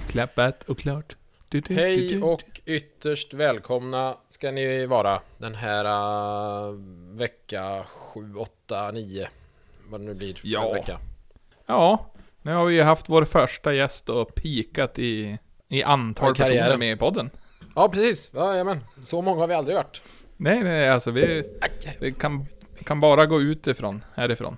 Klappat och klart. Hej och ytterst välkomna ska ni vara den här vecka 7, 8, 9 vad det nu blir för en vecka. Ja, nu har vi ju haft vår första gäst och pikat i antal personer med i podden. Ja, precis. Ja, men så många har vi aldrig varit. Nej, alltså vi kan bara gå utifrån, härifrån.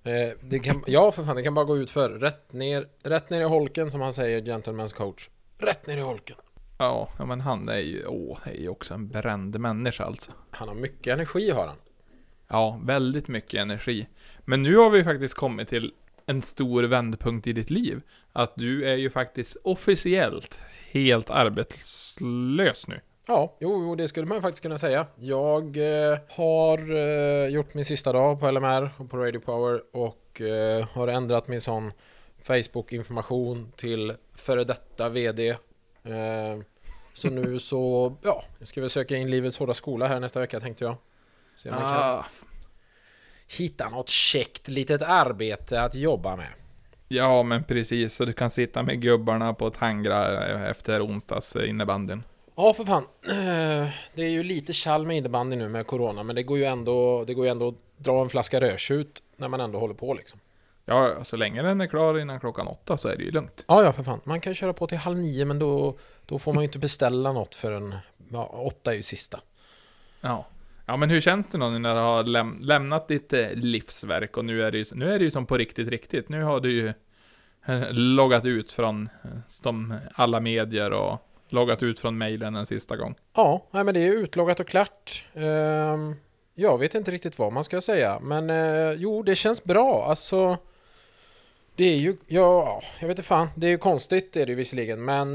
Det kan bara gå ut för rätt ner i holken, som han säger, gentleman's coach. Rätt ner i holken. Ja, men han är ju också en bränd människa alltså. Han har mycket energi, har han. Ja, väldigt mycket energi. Men nu har vi faktiskt kommit till en stor vändpunkt i ditt liv. Att du är ju faktiskt officiellt helt arbetslös nu. Ja, jo, det skulle man faktiskt kunna säga. Jag har gjort min sista dag på LMR och på Radio Power och har ändrat min sån Facebook-information till före detta vd. Så nu så, ja, jag ska väl söka in Livets hårda skola här nästa vecka, tänkte jag. Se om jag kan hitta något käckt litet arbete att jobba med. Ja, men precis, så du kan sitta med gubbarna på Tangra efter onsdags innebandyn. Ja, för fan. Det är ju lite kall med innebandy nu med corona, men det går ju ändå att dra en flaska rödtjut när man ändå håller på liksom. Ja, så länge den är klar innan klockan 8 så är det ju lugnt. Ja, för fan. Man kan köra på till 8:30, men då får man ju inte beställa något förrän 8 är ju sista. Ja, men hur känns det nu när du har lämnat ditt livsverk och nu är det ju som på riktigt. Nu har du ju loggat ut från alla medier och loggat ut från mejlen en sista gång. Ja, men det är utloggat och klart. Jag vet inte riktigt vad man ska säga, men jo, det känns bra. Alltså, det är ju, jag vet inte fan, det är ju konstigt, det är det ju visserligen, men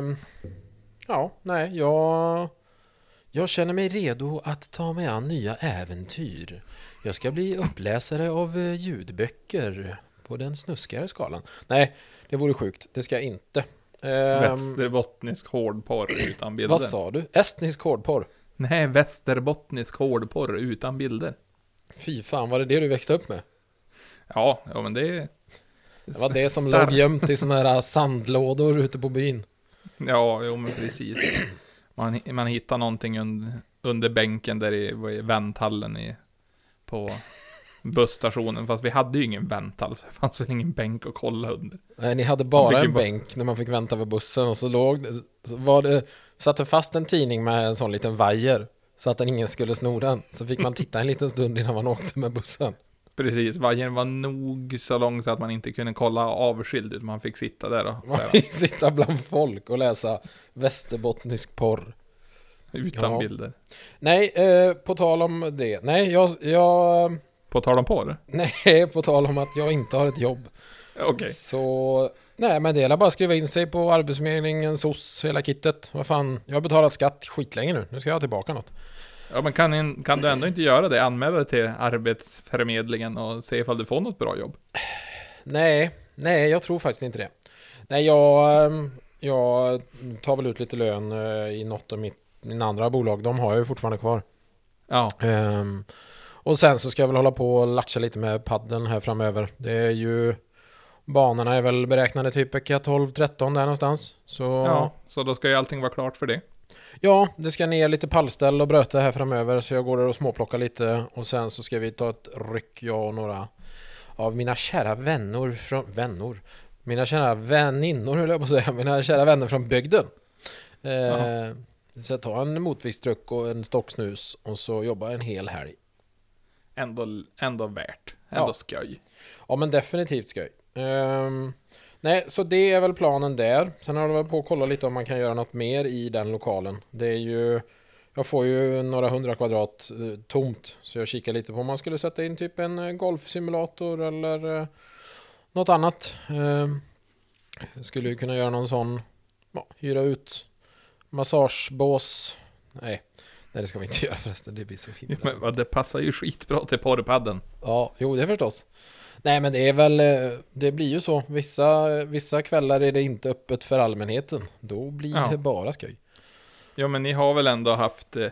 jag känner mig redo att ta mig an nya äventyr. Jag ska bli uppläsare av ljudböcker på den snuskigare skalan. Nej, det vore sjukt, det ska jag inte. Västerbottnisk hårdporr utan bilder. Vad sa du? Estnisk hårdporr? Nej, västerbottnisk hårdporr utan bilder. Fy fan, var det du växte upp med? Ja, men det var det som låg gömt i såna här sandlådor ute på byn. Ja, men precis. Man hittar någonting under bänken där i vänthallen på busstationen. Fast vi hade ju ingen vänthall, så det fanns väl ingen bänk att kolla under. Nej, ni hade bara en bänk när man fick vänta vid bussen. Och så satte fast en tidning med en sån liten vajer så att ingen skulle sno den. Så fick man titta en liten stund innan man åkte med bussen. Precis, vajern var nog så lång så att man inte kunde kolla avskild, utan man fick sitta där och man fick sitta bland folk och läsa västerbottnisk porr. Utan bilder. Nej, på tal om det. Nej, jag på tal om porr? Nej, på tal om att jag inte har ett jobb. Okej. Så, nej, men det är bara skriva in sig på Arbetsförmedlingen, SOS, hela kittet. Vad fan, jag har betalat skatt skitlänge nu. Nu ska jag ha tillbaka något. Ja, men kan du ändå inte göra det? Anmäla dig till Arbetsförmedlingen och se ifall du får något bra jobb? Nej, jag tror faktiskt inte det. Nej, jag tar väl ut lite lön i något av min andra bolag. De har jag ju fortfarande kvar. Ja. Och sen så ska jag väl hålla på och latcha lite med padden här framöver. Det är ju, banorna är väl beräknade typ vecka 12-13 där någonstans. Så då ska ju allting vara klart för det. Ja, det ska ner lite pallställ och bröte här framöver, så jag går där och småplockar lite. Och sen så ska vi ta ett ryck, jag och några av mina kära mina kära väninnor, höll jag på att säga. Mina kära vänner från bygden. Så jag tar en motviktstruck och en stocksnus och så jobbar en hel helg. Ändå värt. Ändå skoj. Ja, men definitivt skoj. Nej, så det är väl planen där. Sen har jag varit på att kolla lite om man kan göra något mer i den lokalen. Det är ju, jag får ju några 100 kvadrat tomt. Så jag kikar lite på om man skulle sätta in typ en golfsimulator eller något annat. Jag skulle ju kunna göra någon sån, hyra ut massagebås. Nej, det ska vi inte göra förresten. Det blir så himla. Men det passar ju skitbra till porrpadden. Ja, jo, det förstås. Nej, men det är väl, det blir ju så. Vissa kvällar är det inte öppet för allmänheten. Då blir det bara skoj. Ja, men ni har väl ändå haft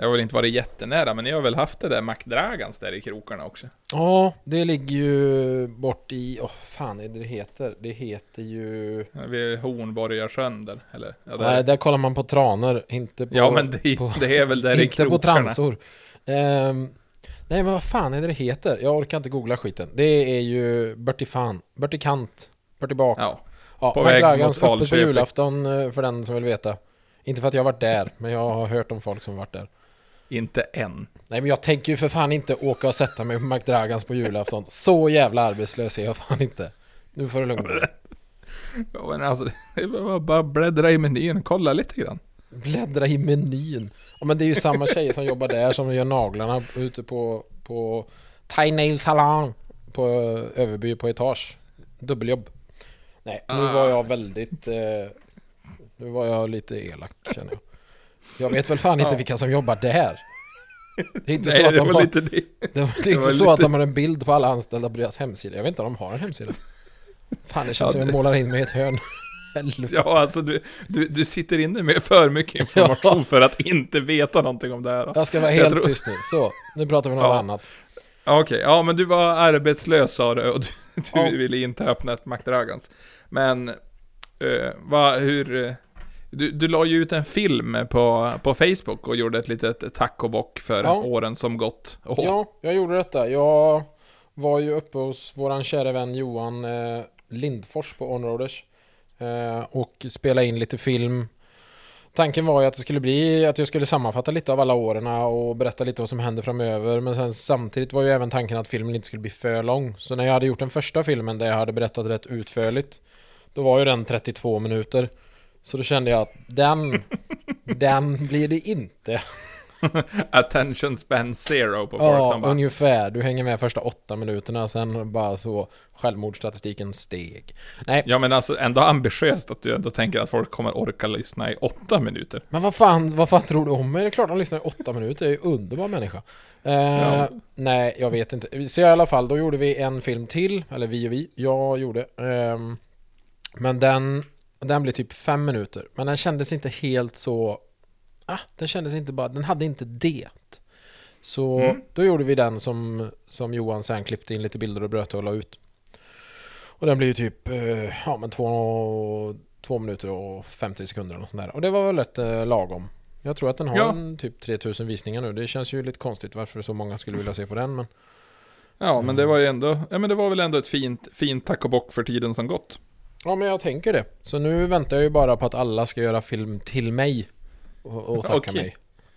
Det har väl inte varit jättenära, men ni har väl haft det där McDragans där i krokarna också? Ja, det ligger ju bort i... fan är det heter? Det heter ju... Vid Hornborgarsjön där, eller? Ja, där. Nej, där kollar man på traner, inte på... Ja, men det är väl där i inte krokarna. på transor. Nej, men vad fan är det heter? Jag orkar inte googla skiten. Det är ju Bertie Kant, Bertie Bak. Ja, på väg mot öppet på Falköping. julafton för den som vill veta. Inte för att jag har varit där, men jag har hört om folk som varit där. Inte än. Nej, men jag tänker ju för fan inte åka och sätta mig på McDragans på julafton. Så jävla arbetslös är jag fan inte. Nu får du lugna dig. Ja, men alltså, det var bara bläddra i menyn och kolla lite grann. Bläddra i menyn. Ja, men det är ju samma tjejer som jobbar där som gör naglarna ute på Thai Nail Salon på Överby på etage. Dubbeljobb. Nej, nu var jag väldigt... nu var jag lite elak, känner jag. Jag vet väl fan inte vilka som jobbar där. Det är inte så att de har... Det är inte så att de har en bild på alla anställda på deras hemsida. Jag vet inte om de har en hemsida. Fan, det känns som att jag målar in mig i ett hörn. Ja, alltså du sitter inne med för mycket information för att inte veta någonting om det här. Jag ska vara helt tyst nu. Så, nu pratar vi om något annat. Okej, ja, men du var arbetslös, sa du, och du ville inte öppna ett McDragans. Men du la ju ut en film på Facebook och gjorde ett litet tack och bock för åren som gått. Ja, jag gjorde detta. Jag var ju uppe hos våran kära vän Johan Lindfors på Onroaders och spela in lite film. Tanken var ju att det skulle bli att jag skulle sammanfatta lite av alla åren och berätta lite vad som hände framöver, men sen samtidigt var ju även tanken att filmen inte skulle bli för lång. Så när jag hade gjort den första filmen där jag hade berättat rätt utförligt, då var ju den 32 minuter. Så då kände jag att den blir det inte. Attention span zero på folk. Ja, ungefär. Du hänger med första 8 minuterna, sen bara så självmordsstatistiken steg. Nej. Ja, men alltså ändå ambitiöst att du ändå tänker att folk kommer orka lyssna i 8 minuter. Men vad fan tror du om mig? Det är klart de lyssnar i 8 minuter. Jag är ju underbar människa. Nej, jag vet inte. Så i alla fall, då gjorde vi en film till. Eller jag gjorde. Men den blev typ 5 minuter. Men den kändes inte helt så... den kändes inte bara... Den hade inte det. Så då gjorde vi den som Johan sen klippte in lite bilder och bröt och la ut. Och den blev ju typ 2 minuter och 50 sekunder eller något sånt där. Och det var väl rätt lagom. Jag tror att den har typ 3000 visningar nu. Det känns ju lite konstigt varför så många skulle vilja se på den. Men... Ja, men det var ju ändå... Ja, men det var väl ändå ett fint tack och bock för tiden som gått. Ja, men jag tänker det. Så nu väntar jag ju bara på att alla ska göra film till mig och tacka mig.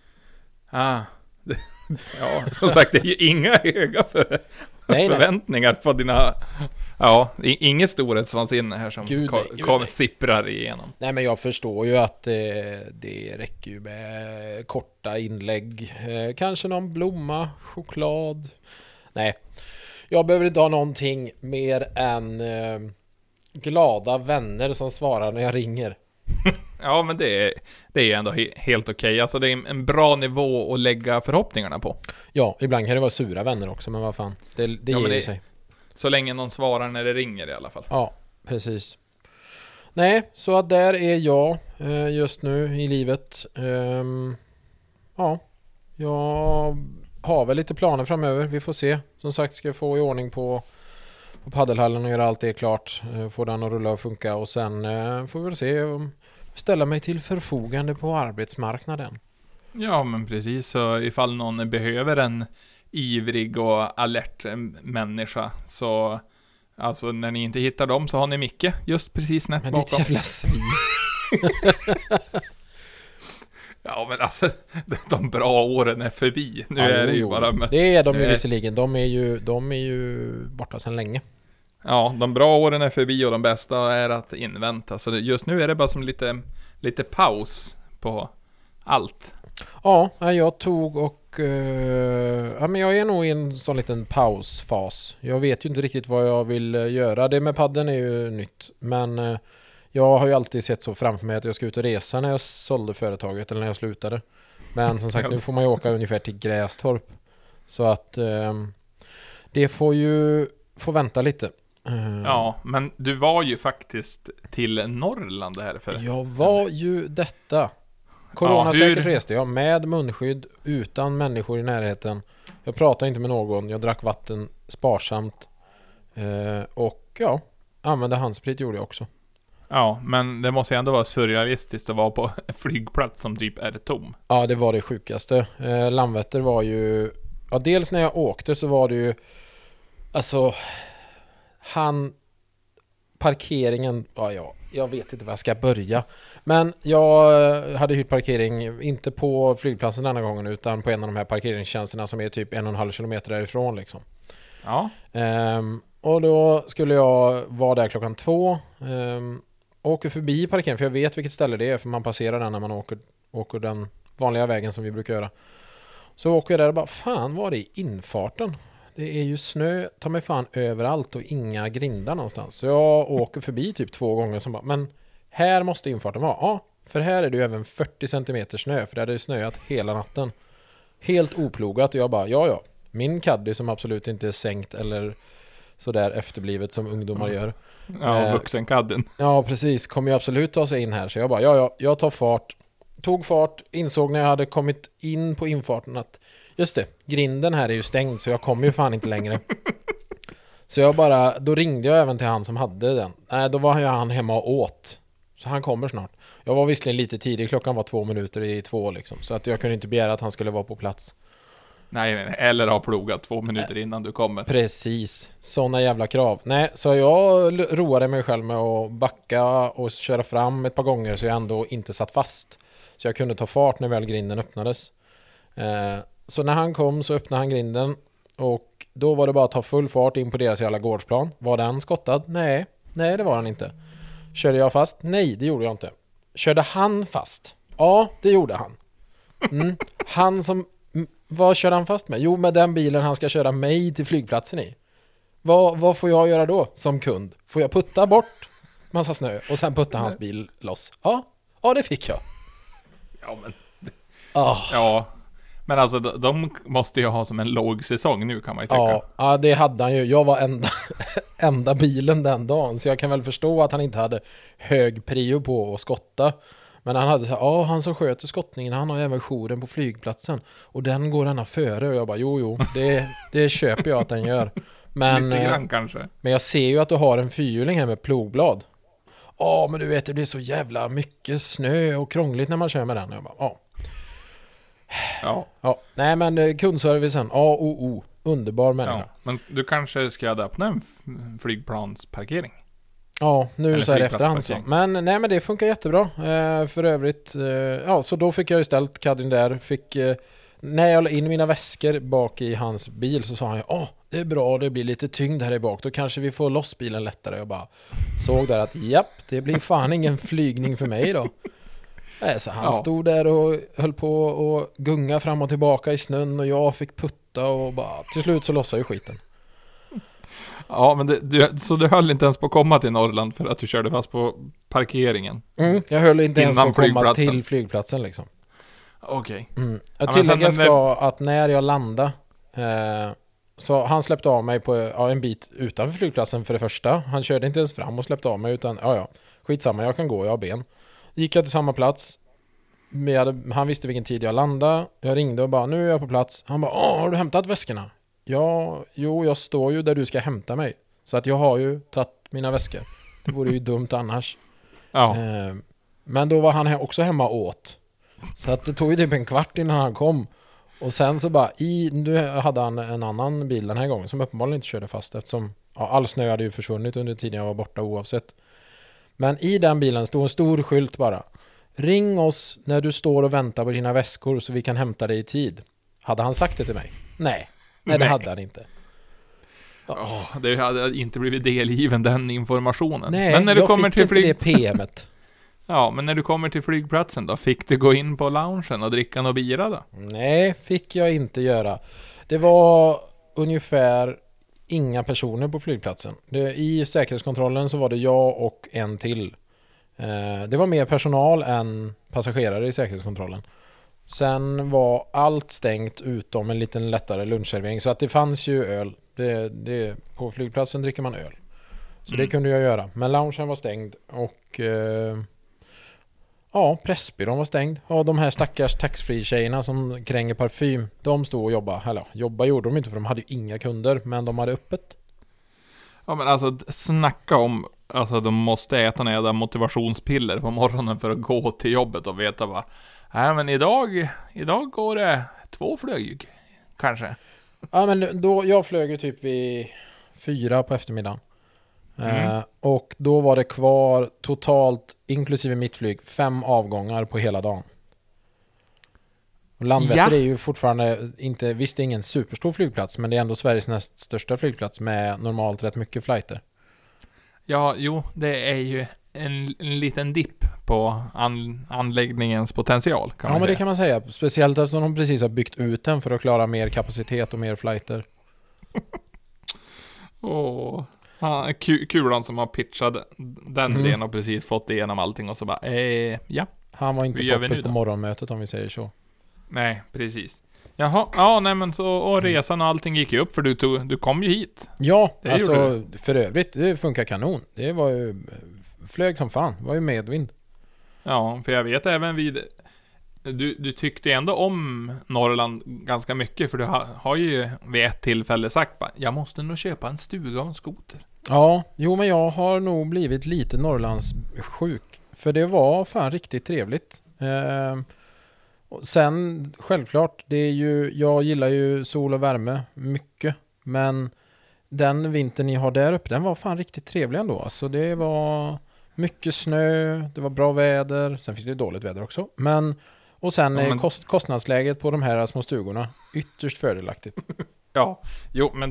Ja, som sagt, det är ju inga höga förväntningar på dina... Ja, inget storhetsvansinne här som sipprar igenom. Nej, men jag förstår ju att det räcker ju med korta inlägg. Kanske någon blomma, choklad. Nej, jag behöver inte ha någonting mer än glada vänner som svarar när jag ringer. Ja, men det är ändå helt okej. Alltså det är en bra nivå att lägga förhoppningarna på. Ja, ibland kan det vara sura vänner också, men vad fan. Det ger ju sig. Så länge någon svarar när det ringer i alla fall. Ja, precis. Nej, så att där är jag just nu i livet. Ja, jag har väl lite planer framöver. Vi får se. Som sagt, ska jag få i ordning på paddelhallen och göra allt det klart. Få den att rulla och funka. Och sen får vi väl se om ställa mig till förfogande på arbetsmarknaden. Ja, men precis. Så ifall någon behöver en ivrig och alert människa, så alltså när ni inte hittar dem så har ni Micke just precis nätt bakom. Men det är jävla svin. Ja, men alltså de bra åren är förbi. Nu är det ju bara... Det är de ju visserligen. De är ju borta sedan länge. Ja, de bra åren är förbi och de bästa är att invänta. Så just nu är det bara som lite paus på allt. Ja, jag tog och... men jag är nog i en sån liten pausfas. Jag vet ju inte riktigt vad jag vill göra. Det med padden är ju nytt. Men jag har ju alltid sett så framför mig att jag ska ut och resa när jag sålde företaget eller när jag slutade. Men som sagt, nu får man ju åka ungefär till Grästorp. Så att det får vänta lite. Ja, men du var ju faktiskt till Norrland här för. Jag var ju detta. Coronasäkert reste jag med munskydd, utan människor i närheten. Jag pratade inte med någon, jag drack vatten sparsamt. Och ja, använde handsprit gjorde jag också. Ja, men det måste ju ändå vara surrealistiskt att vara på en flygplats som typ är tom. Ja, det var det sjukaste. Landvetter var ju... Ja, dels när jag åkte så var det ju... Alltså... Parkeringen... Ja, jag vet inte var jag ska börja. Men jag hade hyrt parkering, inte på flygplatsen denna gången, utan på en av de här parkeringstjänsterna som är typ 1,5 kilometer därifrån liksom. Ja. Och då skulle jag vara där 2:00. Åker förbi parkeringen, för jag vet vilket ställe det är, för man passerar den när man åker den vanliga vägen som vi brukar göra. Så åker jag där och bara, fan, var är det infarten? Det är ju snö, ta mig fan överallt och inga grindar någonstans. Så jag åker förbi typ 2 gånger som bara, men här måste infarten vara. Ja, för här är det ju även 40 centimeter snö, för det hade ju snöat hela natten. Helt oplogat, och jag bara, ja. Min caddy som absolut inte är sänkt eller sådär efterblivet som ungdomar gör. Ja, vuxenkadden. Ja, precis. Kommer ju absolut ta sig in här. Så jag bara, ja, jag tar fart. Tog fart, insåg när jag hade kommit in på infarten att just det, grinden här är ju stängd, så jag kommer ju fan inte längre. Så då ringde jag även till han som hade den. Nej, då var ju han hemma och åt. Så han kommer snart. Jag var visserligen lite tidig, klockan var 2:02 liksom. Så att jag kunde inte begära att han skulle vara på plats. Nej, eller ha plogat 2 minuter innan du kommer. Precis, sådana jävla krav. Nej, så jag roade mig själv med att backa och köra fram ett par gånger, så jag ändå inte satt fast. Så jag kunde ta fart när väl grinden öppnades. Så när han kom så öppnade han grinden, och då var det bara att ta full fart in på deras jävla gårdsplan. Var den skottad? Nej, det var han inte. Körde jag fast? Nej, det gjorde jag inte. Körde han fast? Ja, det gjorde han. Han som... Vad kör han fast med? Jo, med den bilen han ska köra mig till flygplatsen i. Vad får jag göra då som kund? Får jag putta bort massa snö och sen putta hans bil loss? Ja, det fick jag. Ja, men... Ja, men alltså de måste ju ha som en låg säsong nu, kan man ju tycka. Ja, det hade han ju. Jag var enda bilen den dagen, så jag kan väl förstå att han inte hade hög prio på att skotta. Men han hade så han som sköter skottningen, han har även jouren på flygplatsen. Och den går denna före. Och jag bara, jo, det köper jag att den gör. Men, lite grann kanske. Men jag ser ju att du har en fyrhjuling här med plogblad. Men du vet, det blir så jävla mycket snö och krångligt när man kör med den. Och jag bara, Ja. Nej, men kundservicen, underbar människa. Ja, men du kanske ska öppna en flygplansparkering? Ja, nu så är det efterhand så. Men nej, men det funkar jättebra. För övrigt, så då fick jag ju ställt caddien där. När jag la in mina väskor bak i hans bil så sa han ju, det är bra, det blir lite tyngd här i bak. Då kanske vi får loss bilen lättare. Jag bara såg där att, det blir fan ingen flygning för mig då. Så han stod där och höll på och gunga fram och tillbaka i snön, och jag fick putta och bara, till slut så lossade ju skiten. Ja, men så du höll inte ens på att komma till Norrland för att du körde fast på parkeringen? Jag höll inte ens på att komma till flygplatsen liksom. Okej. Jag tillägger att när jag landade, så han släppte av mig på en bit utanför flygplatsen för det första. Han körde inte ens fram och släppte av mig, utan skitsamma, jag kan gå, jag har ben. Gick jag till samma plats. Han visste vilken tid jag landade. Jag ringde och bara, nu är jag på plats. Han bara, har du hämtat väskorna? Ja, jag står ju där du ska hämta mig. Så att jag har ju tagit mina väskor. Det vore ju dumt annars. Ja. Men då var han också hemma åt. Så att det tog ju typ en kvart innan han kom. Och sen så bara, nu hade han en annan bil den här gången som uppenbarligen inte körde fast, eftersom all snö hade ju försvunnit under tiden jag var borta oavsett. Men i den bilen stod en stor skylt bara. Ring oss när du står och väntar på dina väskor så vi kan hämta dig i tid. Hade han sagt det till mig? Nej, det hade han inte. Det hade inte blivit delgiven den informationen. Nej, men när du kommer till det PM:et. Ja, men när du kommer till flygplatsen då, fick du gå in på loungen och dricka något bira då? Nej, fick jag inte göra. Det var ungefär inga personer på flygplatsen. I säkerhetskontrollen så var det jag och en till. Det var mer personal än passagerare i säkerhetskontrollen. Sen var allt stängt utom en liten lättare lunchservering. Så att det fanns ju öl. På flygplatsen dricker man öl. Så det kunde jag göra. Men loungen var stängd. Och Ja, Pressbyrån var stängd. Och de här stackars taxfree-tjejerna som kränger parfym, de stod och jobbade. Eller jobba gjorde de inte för de hade ju inga kunder, men de hade öppet. Ja men alltså snacka om, alltså de måste äta några motivationspiller på morgonen för att gå till jobbet och veta vad. Nej men idag går det 2 flyg, kanske. Ja men då, jag flög ju typ vid 4 på eftermiddagen. Och då var det kvar totalt, inklusive mitt flyg, 5 avgångar på hela dagen. Och Landvetter är ju fortfarande inte, visst det är ingen superstor flygplats, men det är ändå Sveriges näst största flygplats med normalt rätt mycket flighter. Ja, jo, det är ju en liten dipp på anläggningens potential, kan man men säga. det kan man säga. Speciellt eftersom de precis har byggt ut den för att klara mer kapacitet och mer flighter. Kulan som har pitchat den idén och precis fått igenom allting och så bara, ja. Han var inte poppis på morgonmötet om vi säger så. Nej, precis. Jaha, ja nej men så, och resan och allting gick ju upp för du kom ju hit. Ja, det alltså för övrigt, det funkar kanon. Det var ju flög som fan, det var ju medvind. Ja, för jag vet även du tyckte ändå om Norrland ganska mycket, för du har ju vid ett tillfälle sagt bara, jag måste nog köpa en stuga och en skoter. Ja, jo men jag har nog blivit lite Norrlands sjuk, för det var fan riktigt trevligt. Sen självklart, det är ju, jag gillar ju sol och värme mycket, men den vintern ni har där uppe, den var fan riktigt trevlig ändå. Alltså det var mycket snö, det var bra väder, sen finns det ju dåligt väder också, men och sen är kostnadsläget på de här små stugorna ytterst fördelaktigt. Ja, jo men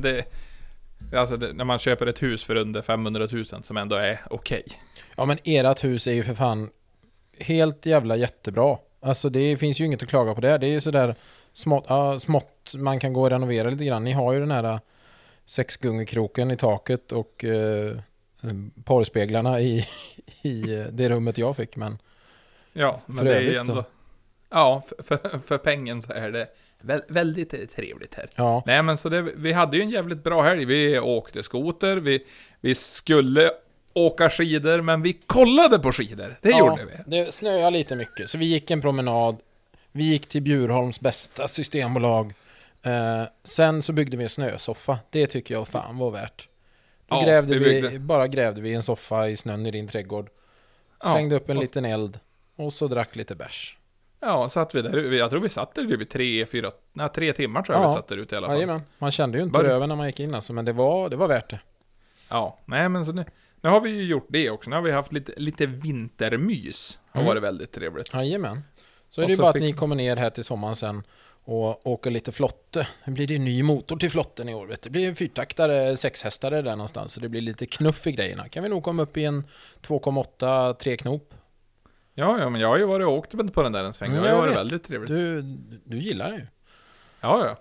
när man köper ett hus för under 500 000 som ändå är okej. Ja men ert hus är ju för fan helt jävla jättebra. Alltså det finns ju inget att klaga på det. Det är ju sådär smått man kan gå och renovera lite grann. Ni har ju den här 6-gungekroken i taket och porrspeglarna i det rummet jag fick. Men ja, men det är ju ändå... Så. Ja, för pengen så är det väldigt trevligt här. Ja. Nej men så vi hade ju en jävligt bra helg. Vi åkte skoter, vi skulle åka skidor, men vi kollade på skidor. Det gjorde vi. Det snöade lite mycket, så vi gick en promenad. Vi gick till Bjurholms bästa systembolag. Sen så byggde vi en snösoffa. Det tycker jag fan var värt. Då grävde vi en soffa i snön i din trädgård. Slängde upp en liten eld och så drack lite bärs. Ja, satt vi där. Jag tror vi satt där typ 3 timmar tror jag vi satt där ute i alla fall. Jajamän. Man kände ju inte röven när man gick in alltså, men det var värt det. Ja, nej men så nu har vi ju gjort det också. Nu har vi haft lite vintermys. Det har varit väldigt trevligt. Jajamän. Så är det ju bara att ni kommer ner här till sommaren sen och åker lite flotte. Det blir det en ny motor till flotten i år, vet du. Det blir en 4-taktare, 6-hästare där någonstans. Så det blir lite knuff i grejerna. Kan vi nog komma upp i en 2,8 3-knop. Ja, men jag har ju varit och åkt på den där en sväng. Det har ju varit väldigt trevligt. Du gillar det ju. Ja.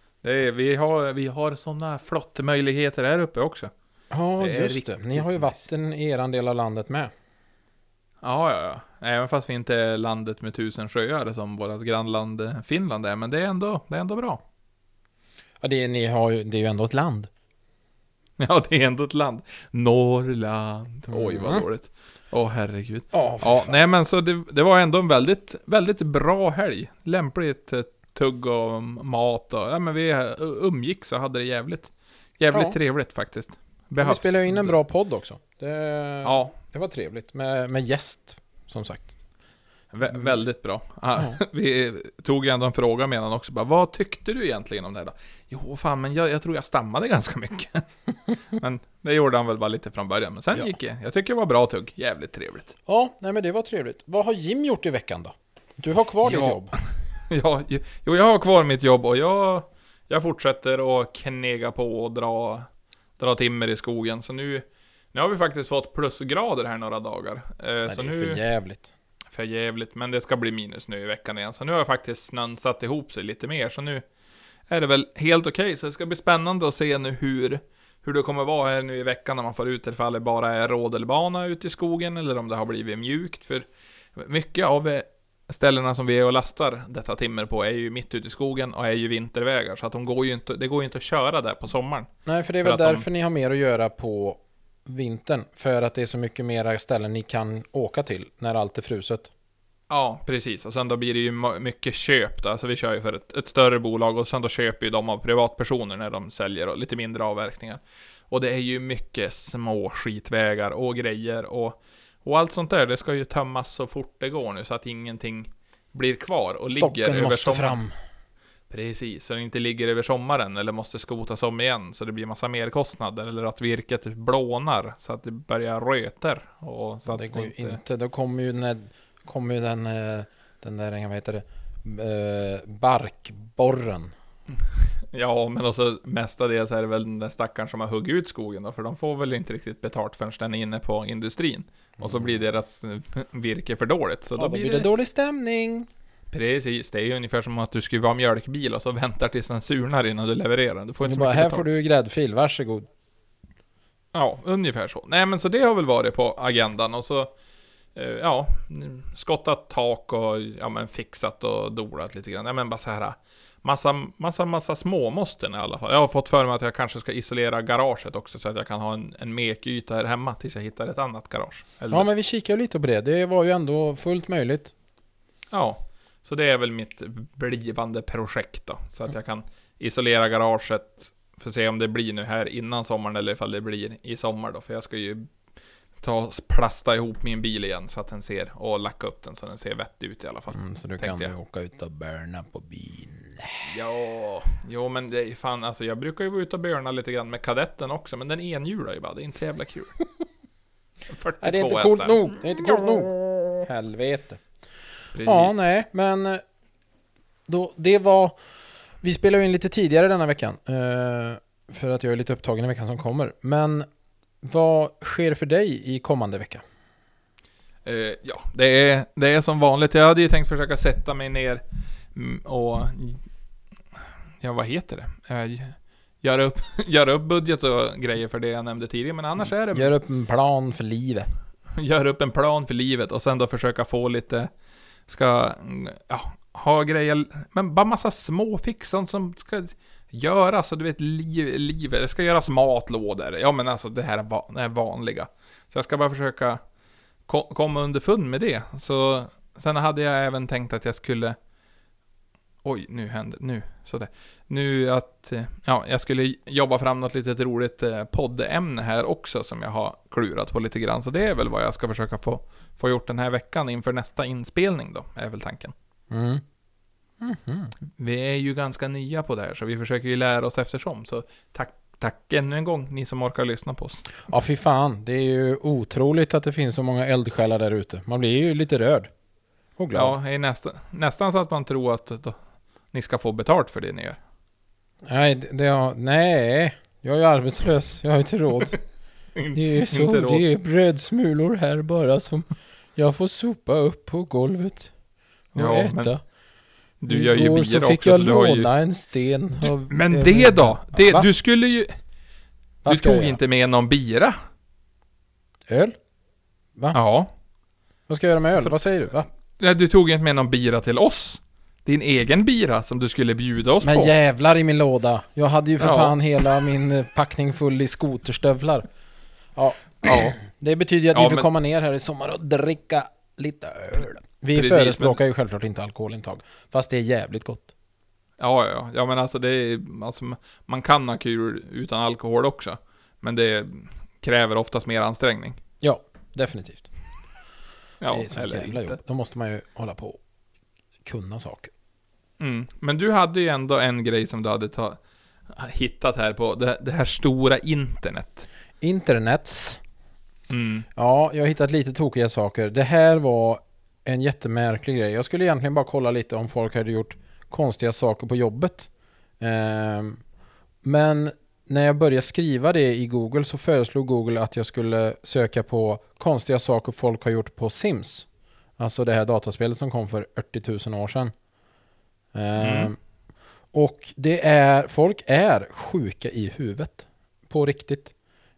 Vi har sådana flottmöjligheter här uppe också. Ja, just det. Ni har ju vatten i eran del av landet med. Ja. Även fast vi inte är landet med 1000 sjöar som vårt grannland Finland är. Men det är ändå bra. Ja, det är ju ändå ett land. Ja, det är ändå ett land. Norrland. Oj, vad dåligt. Herregud. Nej men så det var ändå en väldigt, väldigt bra helg. Lämpligt tugg och mat och men vi umgick så hade det jävligt trevligt faktiskt. Vi spelade in en bra podd också. Det var trevligt med gäst som sagt. Väldigt bra. Vi tog ju ändå en fråga med honom också. Bara, vad tyckte du egentligen om det här då? Jo fan, men jag tror jag stammade ganska mycket. Men det gjorde han väl bara lite från början. Men sen gick jag tycker det var bra tugg. Jävligt trevligt. Ja, nej men det var trevligt. Vad har Jim gjort i veckan då? Du har kvar ditt jobb. Jo, jag har kvar mitt jobb och jag fortsätter att knega på och dra timmer i skogen. Så nu har vi faktiskt fått plusgrader här några dagar. Nej, så det är för jävligt. Men det ska bli minus nu i veckan igen. Så nu har faktiskt snön satt ihop sig lite mer. Så nu är det väl helt okej. Så det ska bli spännande att se nu hur det kommer vara här nu i veckan när man får ut, ifall det bara är rådelbana ute i skogen eller om det har blivit mjukt. För mycket av ställena som vi är och lastar detta timmer på är ju mitt ute i skogen och är ju vintervägar. Så att det går ju inte att köra där på sommaren. Nej, för det är väl därför ni har mer att göra på vintern. För att det är så mycket mera ställen ni kan åka till när allt är fruset. Ja, precis. Och sen då blir det ju mycket köp då. Alltså vi kör ju för ett större bolag och sen då köper ju de av privatpersoner när de säljer och lite mindre avverkningar. Och det är ju mycket små skitvägar och grejer och allt sånt där. Det ska ju tömmas så fort det går nu så att ingenting blir kvar och Stocken ligger över måste sommaren. fram. Precis, så det inte ligger över sommaren eller måste skotas om igen så det blir massa mer kostnader eller att virket blånar så att det börjar röter och så att det går ju inte. Då kommer ju den där, vad heter det, barkborren. Ja, men också mestadels är det väl den där stackaren som har huggit ut skogen då, för de får väl inte riktigt betalt förrän den är inne på industrin. Och så blir deras virke för dåligt. Så då blir det dålig stämning. Precis, det är ju ungefär som att du skruvar av mjölkbil och så väntar tills den surnar innan du levererar. Du får inte bara, här betalt. Får du gräddfil, varsågod. Ja, ungefär så. Nej, men så det har väl varit på agendan och så ja, skottat tak och ja, men fixat och dolat lite grann. Ja, men bara så här massa små måsten i alla fall. Jag har fått för mig att jag kanske ska isolera garaget också så att jag kan ha en mekyta här hemma tills jag hittar ett annat garage. Eller? Ja, men vi kikar lite på det. Det var ju ändå fullt möjligt. Ja, så det är väl mitt blivande projekt då. Så att jag kan isolera garaget för att se om det blir nu här innan sommaren eller ifall det blir i sommar då. För jag ska ju plasta ihop min bil igen så att den ser och lacka upp den så den ser vettig ut i alla fall. Så du kan ju åka ut och börna på bilen. Ja, jo men det är fan, alltså jag brukar ju vara ute och börna lite grann med kadetten också, men den enhjular ju bara, det är inte så jävla kul. 42 nej, det är inte coolt nog, det är inte coolt nog. Helvete. Precis. Ja, nej, men då, det var, vi spelar ju in lite tidigare denna veckan för att jag är lite upptagen i veckan som kommer, men vad sker för dig i kommande vecka? Ja, det är som vanligt. Jag hade ju tänkt försöka sätta mig ner och ja, vad heter det? Göra upp budget och grejer för det jag nämnde tidigare, men annars är det gör upp en plan för livet. Gör upp en plan för livet och sen då försöka få lite ha grejer, men bara massa små fixon som ska göras, så du vet livet, det ska göras matlådor. Ja, men alltså det här är vanliga. Så jag ska bara försöka komma underfund med det. Så sen hade jag även tänkt att jag skulle jag skulle jobba fram något litet roligt poddämne här också som jag har klurat på lite grann. Så det är väl vad jag ska försöka få gjort den här veckan inför nästa inspelning då, är väl tanken. Vi är ju ganska nya på det här så vi försöker ju lära oss eftersom. Så tack ännu en gång ni som orkar lyssna på oss. Ja, fy fan, det är ju otroligt att det finns så många eldsjälar där ute. Man blir ju lite rörd och glad. Ja, är nästan så att man tror att ni ska få betalt för det ni gör. Nej, jag är arbetslös. Jag har inte råd. Det är så, det är brödsmulor här bara som jag får sopa upp på golvet och äta. Men du gör ju bira så fick också, jag så låna en sten. Men det då? Du skulle ju... Du tog inte med någon bira. Öl? Va? Ja. Vad ska jag göra med öl? Vad säger du? Va? Du tog inte med någon bira till oss. Din egen bira som du skulle bjuda oss på. Men jävlar i min låda. Jag hade ju för fan hela min packning full i skoterstövlar. Ja. Det betyder att vi får komma ner här i sommar och dricka lite öl. Vi förespråkar ju självklart inte alkoholintag. Fast det är jävligt gott. Ja, men alltså det är... Alltså, man kan ha kul utan alkohol också. Men det kräver oftast mer ansträngning. Ja, definitivt. Ja, det är så jävla jobb. Då måste man ju hålla på och kunna saker. Men du hade ju ändå en grej som du hade hittat här på det här stora internet. Internets. Ja, jag har hittat lite tokiga saker. Det här var en jättemärklig grej. Jag skulle egentligen bara kolla lite om folk hade gjort konstiga saker på jobbet. Men när jag började skriva det i Google så föreslog Google att jag skulle söka på konstiga saker folk har gjort på Sims. Alltså det här dataspelet som kom för 80 000 år sedan. Och folk är sjuka i huvudet. På riktigt.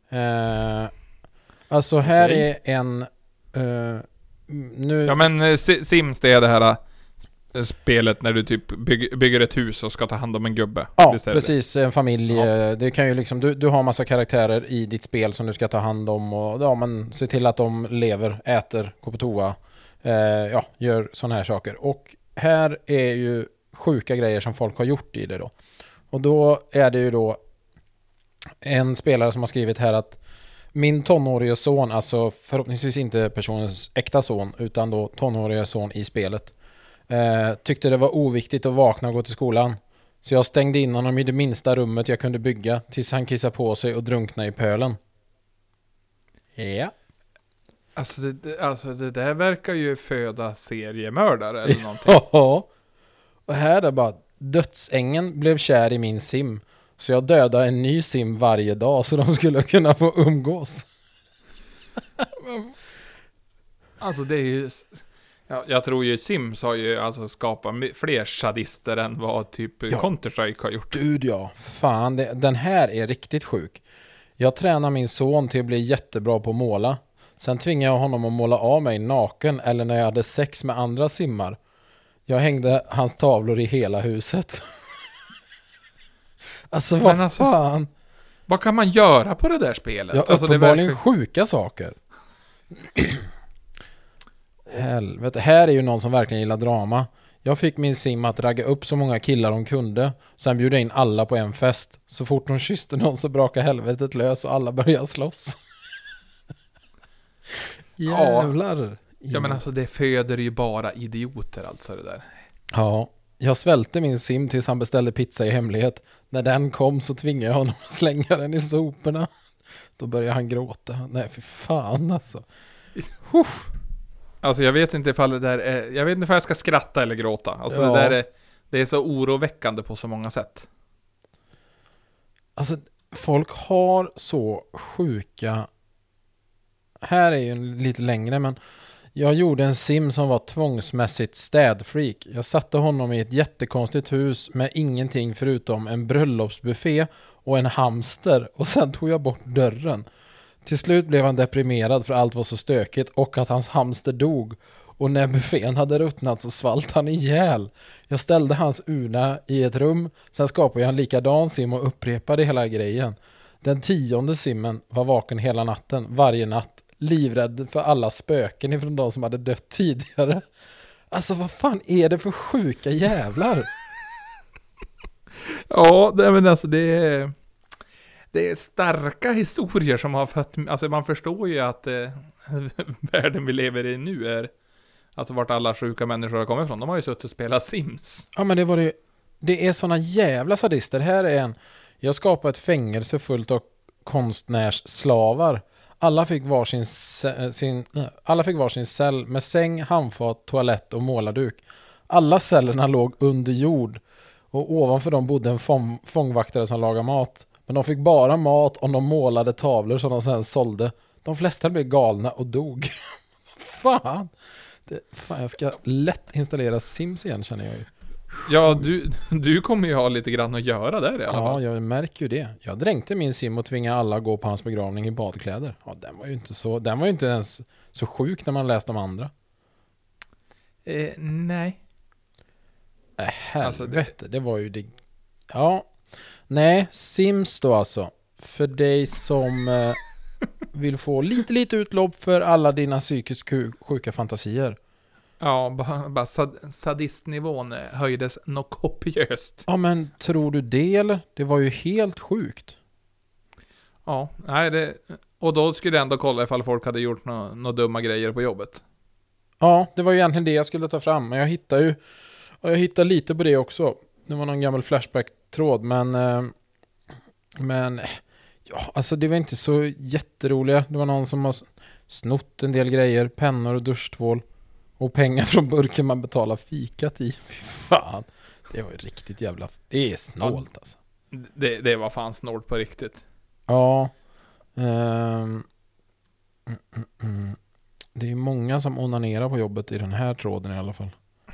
Alltså här är en... nu... Ja, men Sims, det är det här spelet när du typ bygger ett hus och ska ta hand om en gubbe. Ja, precis. En familj. Ja. Det kan ju liksom, du har massa karaktärer i ditt spel som du ska ta hand om och men se till att de lever, äter, går på toa, gör sådana här saker. Och här är ju sjuka grejer som folk har gjort i det då. Och då är det ju då en spelare som har skrivit här att min tonåriga son, alltså förhoppningsvis inte personens äkta son, utan då tonåriga son i spelet, tyckte det var oviktigt att vakna och gå till skolan. Så jag stängde in honom i det minsta rummet jag kunde bygga tills han kissade på sig och drunknade i pölen. Ja. Alltså det där verkar ju föda seriemördare eller någonting. Ja. Och här är det bara, dödsängen blev kär i min sim. Så jag dödade en ny sim varje dag så de skulle kunna få umgås. Alltså det är ju... Ja, jag tror ju Sims har ju alltså skapat fler sadister än vad typ Counter-Strike har gjort. Gud ja, fan den här är riktigt sjuk. Jag tränar min son till att bli jättebra på att måla. Sen tvingade jag honom att måla av mig naken eller när jag hade sex med andra simmar. Jag hängde hans tavlor i hela huset. Alltså vad fan? Vad kan man göra på det där spelet? Ja, alltså, uppenbarligen det sjuka saker. Helvete, här är ju någon som verkligen gillar drama. Jag fick min sim att ragga upp så många killar de kunde. Sen bjuda in alla på en fest. Så fort de kysste någon så brakade helvetet lös och alla började slåss. Jävlar. Ja men alltså det föder ju bara idioter alltså det där. Ja, jag svälte min sim tills han beställde pizza i hemlighet. När den kom så tvingade jag honom att slänga den i soporna. Då började han gråta. Nej för fan alltså. Alltså jag vet inte ifall det där är, jag vet inte ifall jag ska skratta eller gråta. Alltså det där är, det är så oroväckande på så många sätt. Alltså folk har så sjuka. Här är ju lite längre men jag gjorde en sim som var tvångsmässigt städfreak. Jag satte honom i ett jättekonstigt hus med ingenting förutom en bröllopsbuffé och en hamster och sen tog jag bort dörren. Till slut blev han deprimerad för allt var så stökigt och att hans hamster dog. Och när buffén hade ruttnat så svalt han ihjäl. Jag ställde hans urna i ett rum. Sen skapade jag en likadan sim och upprepade hela grejen. Den 10:e simmen var vaken hela natten, varje natt. Livrädd för alla spöken ifrån de som hade dött tidigare. Alltså vad fan är det för sjuka jävlar? Ja, men alltså det är starka historier som har fått, alltså man förstår ju att världen vi lever i nu är, alltså vart alla sjuka människor har kommit ifrån. De har ju suttit och spelat Sims. Ja men det är såna jävla sadister. Här är jag skapade ett fängelse fullt av konstnärsslavar. Alla fick varsin cell med säng, handfat, toalett och målarduk. Alla cellerna låg under jord och ovanför dem bodde en fångvaktare som lagade mat. Men de fick bara mat om de målade tavlor som de sen sålde. De flesta blev galna och dog. Fan, jag ska lätt installera Sims igen känner jag ju. Ja, du kommer ju ha lite grann att göra där i alla fall. Ja, jag märker ju det. Jag dränkte min sim och tvingade alla gå på hans begravning i badkläder. Ja, den var ju inte ens så sjuk när man läste om andra. Nej. Helvete, alltså det var ju det. Ja, nej, Sims då alltså. För dig som vill få lite utlopp för alla dina psykiskt sjuka fantasier. Ja, bara sadistnivån höjdes något kopiöst. Ja, men tror du det eller? Det var ju helt sjukt. Ja, nej och då skulle jag ändå kolla ifall folk hade gjort några dumma grejer på jobbet. Ja, det var ju egentligen det jag skulle ta fram. Men jag hittade lite på det också. Det var någon gammal Flashback-tråd. Men ja, alltså det var inte så jätteroliga. Det var någon som har snott en del grejer. Pennor och duschtvål. Och pengar från burken man betalar fikat i. Fy fan. Det var ju riktigt jävla. Det är snålt alltså. Det var fan snålt på riktigt. Ja. Det är många som onanerar på jobbet i den här tråden i alla fall.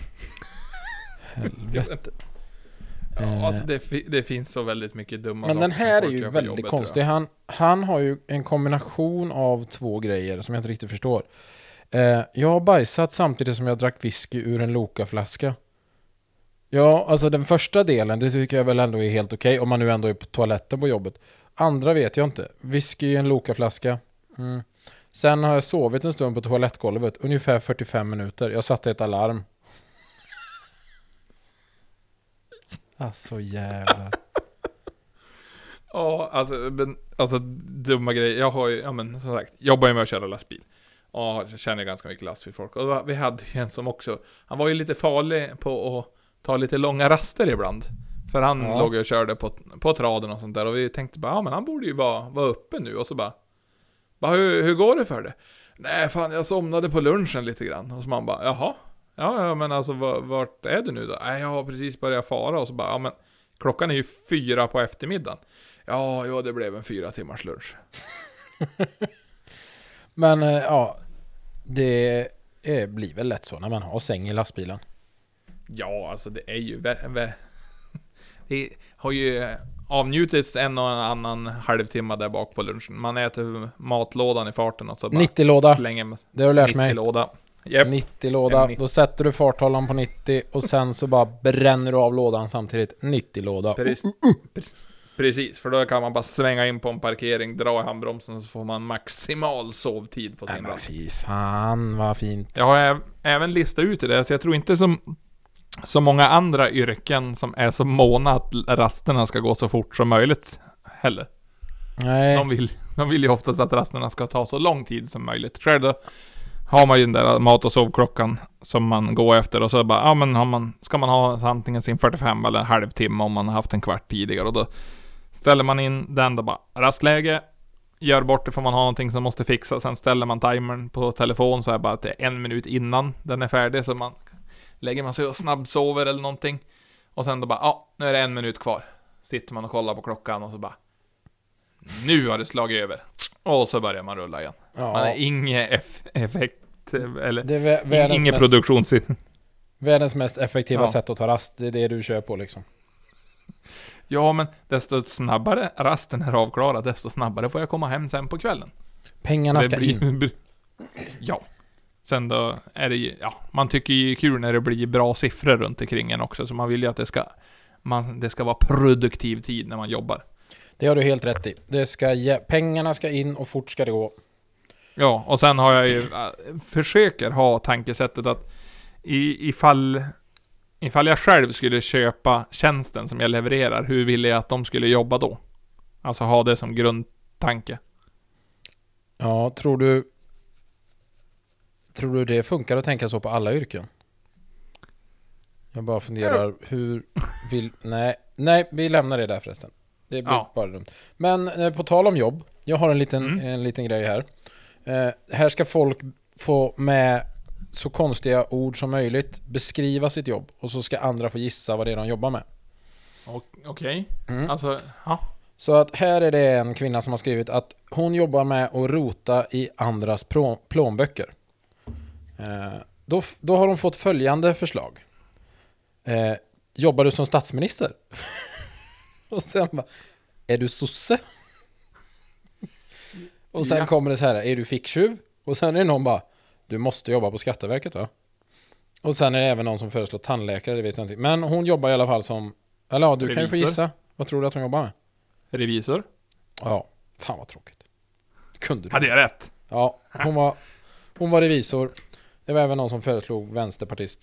Helvete. Ja, alltså det finns så väldigt mycket dumma saker. Men den här är ju väldigt jobbet, konstig. Han har ju en kombination av två grejer som jag inte riktigt förstår. Jag har bajsat samtidigt som jag drack whisky ur en Loka-flaska. Ja, alltså den första delen, det tycker jag väl ändå är helt okej. Om man nu ändå är på toaletten på jobbet. Andra vet jag inte. Whisky i en Loka-flaska. Sen har jag sovit en stund på toalettgolvet, ungefär 45 minuter. Jag satte ett alarm. Alltså jävlar. Ja, alltså dumma grejer. Jag har ju, ja men som sagt, jobbar ju med att köra lastbil. Och jag känner ganska mycket lastbilsfolk. Och vi hade ju en som också, han var ju lite farlig på att ta lite långa raster ibland. För han låg och körde på traden och sånt där. Och vi tänkte bara, ja men han borde ju vara uppe nu. Och så bara hur går det för det? Nej fan, jag somnade på lunchen lite grann. Och så man bara, jaha. Ja men alltså vart är du nu då? Nej, jag har precis börjat fara. Och så bara, ja men klockan är ju 4 på eftermiddagen. Ja, det blev en 4 timmars lunch. Men ja, det blir väl lätt så när man har säng i lastbilen. Ja, alltså det är ju det har ju avnjutits en och annan halvtimme där bak på lunchen. Man äter matlådan i farten och så bara 90-låda, slänger det har du lärt mig. 90-låda. Yep. 90-låda, då sätter du farthållaren på 90 och sen så bara bränner du av lådan samtidigt. 90-låda. Precis, för då kan man bara svänga in på en parkering, dra i handbromsen och så får man maximal sovtid på sin rast. Fy fan, vad fint. Jag har även listat ut det, så jag tror inte som många andra yrken som är så måna att rasterna ska gå så fort som möjligt heller. Nej. De vill ju oftast att rasterna ska ta så lång tid som möjligt. Själv då har man ju den där mat- och sovklockan som man går efter och så bara, ja men ska man ha antingen sin 45 eller halvtimme om man har haft en kvart tidigare och då ställer man in den då bara, rastläge, gör bort det för man har någonting som måste fixa, sen ställer man timern på telefon så är bara att det är 1 minut innan den är färdig så man lägger man sig och snabbsover eller någonting och sen då bara, ja nu är det 1 minut kvar, sitter man och kollar på klockan och så bara, nu har det slagit över och så börjar man rulla igen. Ja. Man har ingen effekt eller det är ingen produktions. Världens mest effektiva sätt att ta rast, det är det du kör på liksom. Ja, men desto snabbare rasten är avklarad, desto snabbare får jag komma hem sen på kvällen. Pengarna ska in. Ja. Sen då är det ju, ja, man tycker ju kul när det blir bra siffror runt omkring en också, så man vill ju att det ska vara produktiv tid när man jobbar. Det har du helt rätt i. Pengarna ska in och fort ska det gå. Ja, och sen har jag ju försöker ha tankesättet att ifall jag själv skulle köpa tjänsten som jag levererar, hur vill jag att de skulle jobba då? Alltså ha det som grundtanke. Ja, tror du det funkar att tänka så på alla yrken? Jag bara funderar, Nej, vi lämnar det där förresten. Det blir bara dumt. Men på tal om jobb, jag har en liten grej här. Här ska folk få med så konstiga ord som möjligt beskriva sitt jobb och så ska andra få gissa vad det är de jobbar med. Okej. Alltså, ja. Så att här är det en kvinna som har skrivit att hon jobbar med att rota i andras plånböcker. Då har hon fått följande förslag. Jobbar du som statsminister? Och sen bara, är du sosse? Och sen kommer det så här, är du ficktjuv? Och sen är det någon bara, du måste jobba på Skatteverket va? Och sen är det även någon som föreslår tandläkare, det vet jag inte. Men hon jobbar i alla fall som, eller ja, du revisor. Kan ju få gissa. Vad tror du att hon jobbar med? Revisor? Ja, fan vad tråkigt. Kunde du? Ja, det är rätt. Ja, hon var revisor. Det var även någon som föreslog vänsterpartist.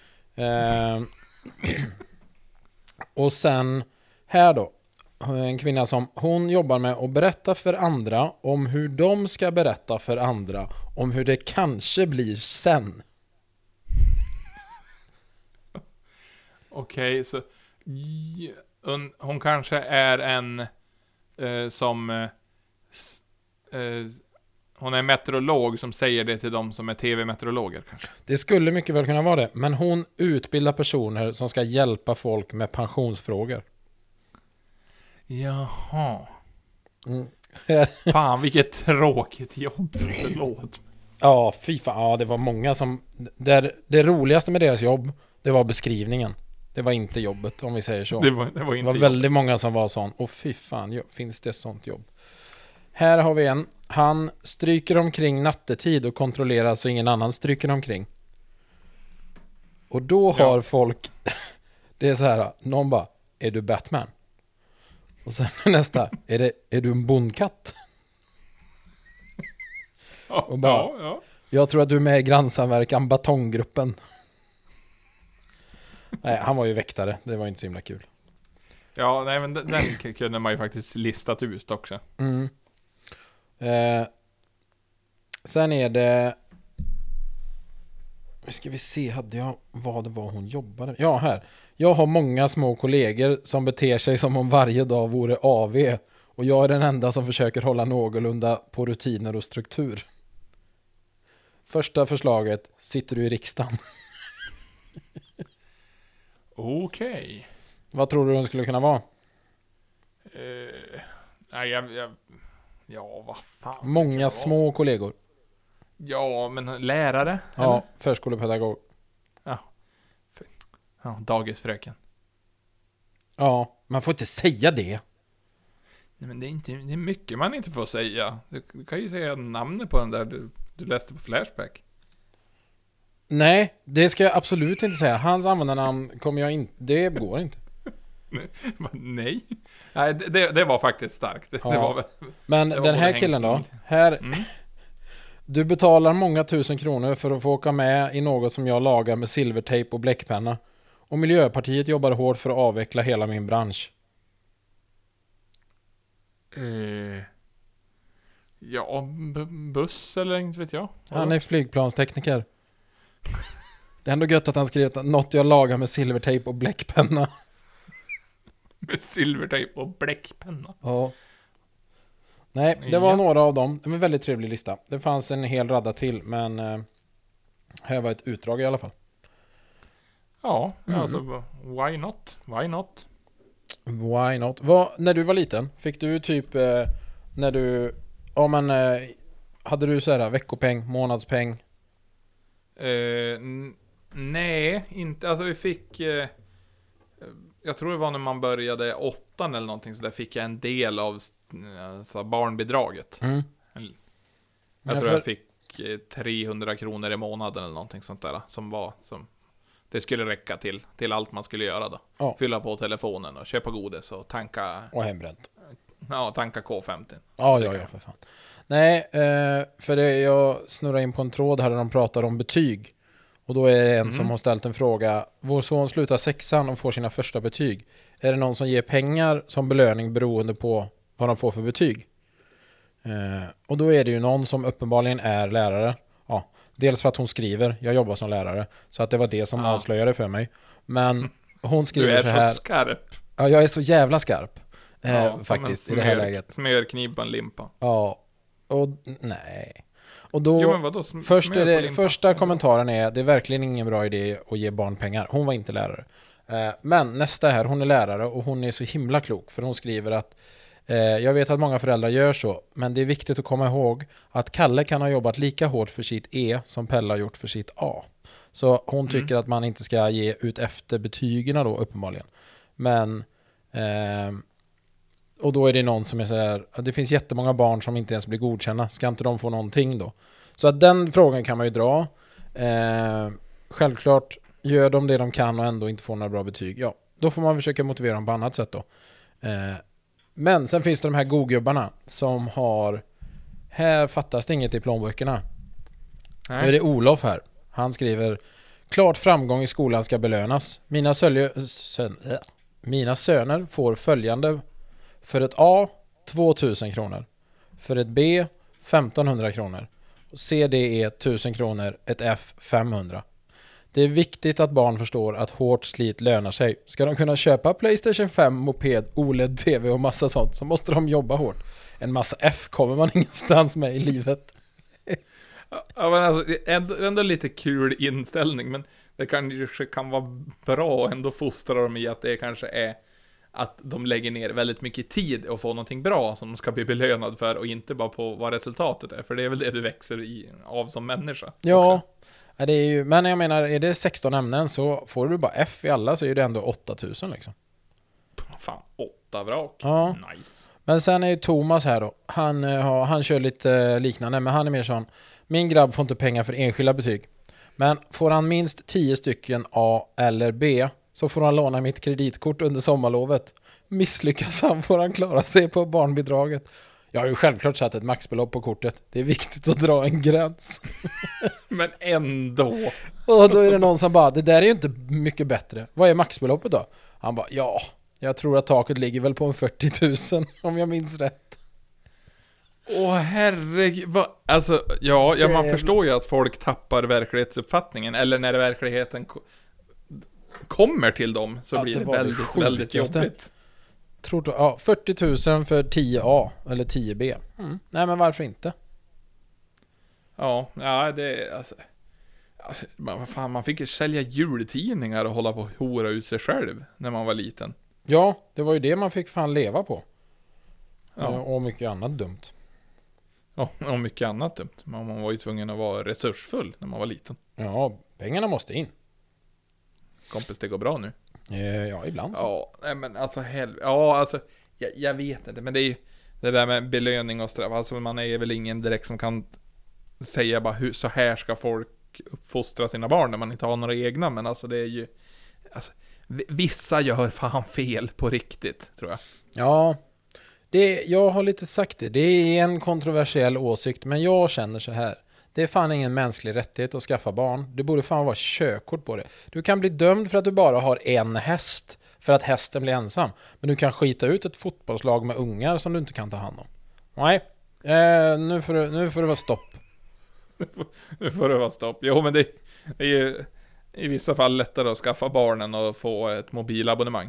Och sen här då, en kvinna som hon jobbar med att berätta för andra om hur de ska berätta för andra om hur det kanske blir sen. Okej, så hon kanske är en hon är meteorolog som säger det till dem som är tv-meteorologer kanske. Det skulle mycket väl kunna vara det, men hon utbildar personer som ska hjälpa folk med pensionsfrågor. Jaha. Fan, vilket tråkigt jobb. Förlåt. Ja, fy fan. Ja, det var många som... Det roligaste med deras jobb, det var beskrivningen. Det var inte jobbet, om vi säger så. Det var väldigt många som var sån. Och fy fan, finns det sånt jobb? Här har vi en. Han stryker omkring nattetid och kontrollerar så ingen annan stryker omkring. Och då har folk... Det är så här, någon bara, är du Batman? Och sen nästa, är du en bondkatt? Och bara, ja. jag tror att du är med i grannsamverkan Batonggruppen. Nej, han var ju väktare. Det var inte så himla kul. Ja, nej men den kunde man ju faktiskt listat ut också. Mm. Sen är det... Nu ska vi se, hade jag... Vad det var hon jobbade? Ja, här. Jag har många små kollegor som beter sig som om varje dag vore AV. Och jag är den enda som försöker hålla någorlunda på rutiner och struktur. Första förslaget, sitter du i riksdagen? Okej. Vad tror du hon skulle kunna vara? Nej, ja, vad fan. Många små kollegor. Ja, men lärare? Ja, eller? förskolepedagog. Ja, dagisfröken. Ja, man får inte säga det. Nej, men det är mycket man inte får säga. Du kan ju säga namnet på den där du läste på Flashback. Nej, det ska jag absolut inte säga. Hans användarnamn kommer jag inte... Det går inte. Nej. Nej, det var faktiskt starkt. Ja. Det var väl, Men det var den här både killen då? hängsel. Här... Du betalar många tusen kronor för att få åka med i något som jag lagar med silvertejp och bläckpenna. Och Miljöpartiet jobbar hårt för att avveckla hela min bransch. Ja, buss eller inte vet jag. Han är flygplanstekniker. Det är ändå gött att han skrivit något jag lagar med silvertejp och bläckpenna. Med silvertejp och bläckpenna. Ja. Nej, det var några av dem. Det var en väldigt trevlig lista. Det fanns en hel radda till, men här var ett utdrag i alla fall. Ja, alltså why not? Why not? Why not? När du var liten, fick du typ när du... Ja, men hade du så här veckopeng, månadspeng? Nej, inte. Alltså vi fick... jag tror det var när man började 8 eller någonting, så där fick jag en del av så barnbidraget. Mm. Jag tror jag fick 300 kronor i månaden eller någonting sånt där, som det skulle räcka till allt man skulle göra då. Ja. Fylla på telefonen och köpa godis och tanka... Och hembränt. Ja, tanka K50. Ja, för fan. Nej, för jag snurrar in på en tråd här där de pratar om betyg. Och då är det en som har ställt en fråga. Vår son slutar 6:an och får sina första betyg. Är det någon som ger pengar som belöning beroende på vad de får för betyg? Och då är det ju någon som uppenbarligen är lärare. Ja, dels för att hon skriver, jag jobbar som lärare. Så att det var det som avslöjade för mig. Men hon skriver så här. Du är så skarp. Ja, jag är så jävla skarp. Faktiskt, i det här läget. Smörknipan limpa. Ja, och nej. Och då, jo, men vadå? första kommentaren är, det är verkligen ingen bra idé att ge barn pengar. Hon var inte lärare. Men nästa här, hon är lärare och hon är så himla klok. För hon skriver att jag vet att många föräldrar gör så, men det är viktigt att komma ihåg att Kalle kan ha jobbat lika hårt för sitt E som Pelle har gjort för sitt A. Så hon tycker att man inte ska ge ut efter betygen då, uppenbarligen. Men och då är det någon som är så här, det finns jättemånga barn som inte ens blir godkända. Ska inte de få någonting då? Så att den frågan kan man ju dra. Självklart gör de det de kan och ändå inte får några bra betyg. Ja, då får man försöka motivera dem på annat sätt då. Men sen finns det de här godgubbarna som har, här fattas det inget i plånböckerna. Då är det Olof här. Han skriver, klart framgång i skolan ska belönas. Mina söner får följande: för ett A 2000 kronor, för ett B 1500 kronor, C D är 1000 kronor, ett F 500. Det är viktigt att barn förstår att hårt slit lönar sig. Ska de kunna köpa PlayStation 5, moped, OLED-TV och massa sånt, så måste de jobba hårt. En massa F kommer man ingenstans med i livet. Ja, men alltså, ändå lite kul inställning, men det kanske kan vara bra att ändå fostra dem i att det kanske är att de lägger ner väldigt mycket tid och får någonting bra som de ska bli belönad för, och inte bara på vad resultatet är, för det är väl det du växer av som människa. Ja, också. Det är ju, men jag menar, är det 16 ämnen så får du bara F i alla, så är det ändå 8000 liksom. Fan, 8 vrak. Ja. Nice. Men sen är ju Thomas här då. Han kör lite liknande, men han är mer sån: min grabb får inte pengar för enskilda betyg. Men får han minst 10 stycken A eller B så får han låna mitt kreditkort under sommarlovet. Misslyckas han får han klara sig på barnbidraget. Jag har ju självklart satt ett maxbelopp på kortet. Det är viktigt att dra en gräns. Men ändå. Och då är det någon som bara, det där är ju inte mycket bättre. Vad är maxbeloppet då? Han bara, ja, jag tror att taket ligger väl på en 40 000 om jag minns rätt. Åh herregud, alltså, ja, man förstår ju att folk tappar verklighetsuppfattningen. Eller när verkligheten kommer till dem så blir det väldigt, väldigt jobbigt. Tror du, ja, 40 000 för 10A eller 10B. Nej, men varför inte? Ja, det är alltså, man fick ju sälja jultidningar och hålla på och hora ut sig själv när man var liten. Ja, det var ju det man fick fan leva på. Ja. Och mycket annat dumt. Ja, och mycket annat dumt. Man var ju tvungen att vara resursfull när man var liten. Ja, pengarna måste in. Kompis, det går bra nu. Ja, ibland så. Ja, nej men alltså alltså jag vet inte, men det är ju det där med belöning och straff. Alltså man är väl ingen direkt som kan säga bara så här ska folk uppfostra sina barn när man inte har några egna, men alltså det är ju alltså, vissa gör fan fel på riktigt, tror jag. Ja, jag har lite sagt det. Det är en kontroversiell åsikt, men jag känner så här. Det är fan ingen mänsklig rättighet att skaffa barn. Det borde fan vara körkort på det. Du kan bli dömd för att du bara har en häst, för att hästen blir ensam. Men du kan skita ut ett fotbollslag med ungar som du inte kan ta hand om. Nej, nu får det vara stopp. Nu får det vara stopp. Jo, men det är ju i vissa fall lättare att skaffa barnen och få ett mobilabonnemang.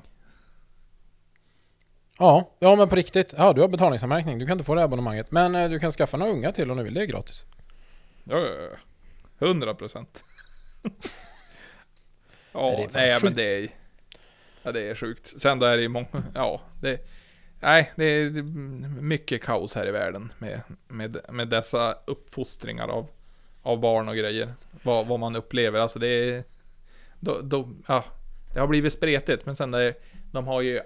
Ja, men på riktigt. Ja, du har betalningsanmärkning. Du kan inte få det här abonnemanget. Men du kan skaffa några unga till om du vill. Det är gratis. Ja, 100%. Ja, men det är sjukt. Sen då är det ju många, det är mycket kaos här i världen med dessa uppfostringar av barn och grejer. Vad man upplever, alltså det är det har blivit spretigt, men sen de har ju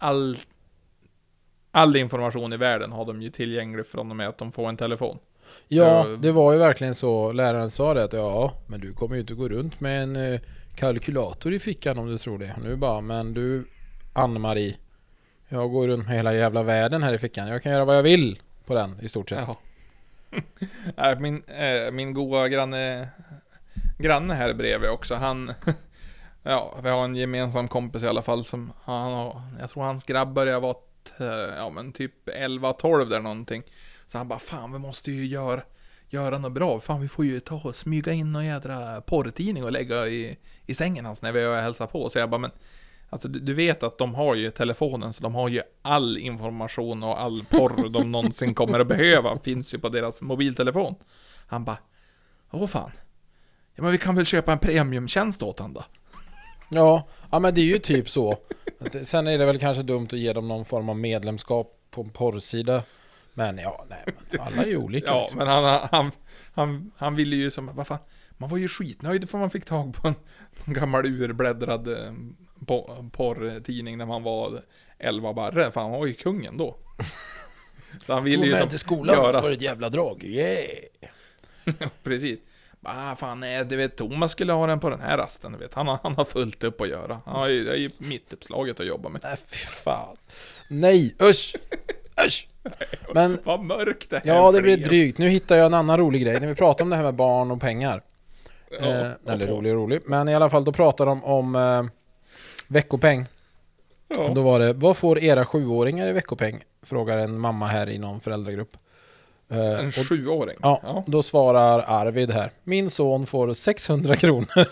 all information i världen har de ju tillgänglig från och med att de får en telefon. Ja, det var ju verkligen så. Läraren sa det att men du kommer ju inte gå runt med en kalkylator i fickan om du tror det. Nu bara, men du Ann-Marie, jag går runt med hela jävla världen här i fickan. Jag kan göra vad jag vill på den i stort sett. Ja. Min goda granne här bredvid också, han vi har en gemensam kompis i alla fall som jag tror hans grabb börjar vara typ 11-12 där någonting. Så han bara, fan vi måste ju göra något bra. Fan vi får ju ta och smyga in någon jädra porrtidning och lägga i sängen hans när vi hälsar på. Så jag bara, men alltså du vet att de har ju telefonen, så de har ju all information och all porr de någonsin kommer att behöva finns ju på deras mobiltelefon. Han bara, åh fan. Ja, men vi kan väl köpa en premiumtjänst åt han då. Ja, men det är ju typ så. Sen är det väl kanske dumt att ge dem någon form av medlemskap på en porrsida. Men alla är ju olika. Ja, liksom. Men han ville ju som, vad fan, man var ju skitnöjd för man fick tag på en gammal urbläddrad porrtidning när man var 11 barre. Fan, han var ju kungen då. Så han ville ju som till skolan göra... så var det ett jävla drag. Yeah. Precis. Fan, nej, du vet, Thomas skulle ha den på den här rasten, du vet. Han har fullt upp att göra. Han har ju mittuppslaget att jobba med. Nej, fy fan. Nej, usch. Men, vad mörkt det här. Ja, det blir drygt. Nu hittar jag en annan rolig grej. När vi pratar om det här med barn och pengar. Eller rolig. Men i alla fall, då pratar de om veckopeng. Ja. Och då var det, vad får era 7-åringar i veckopeng? Frågar en mamma här i någon föräldragrupp. En 7-åring? Ja, då svarar Arvid här. Min son får 600 kronor.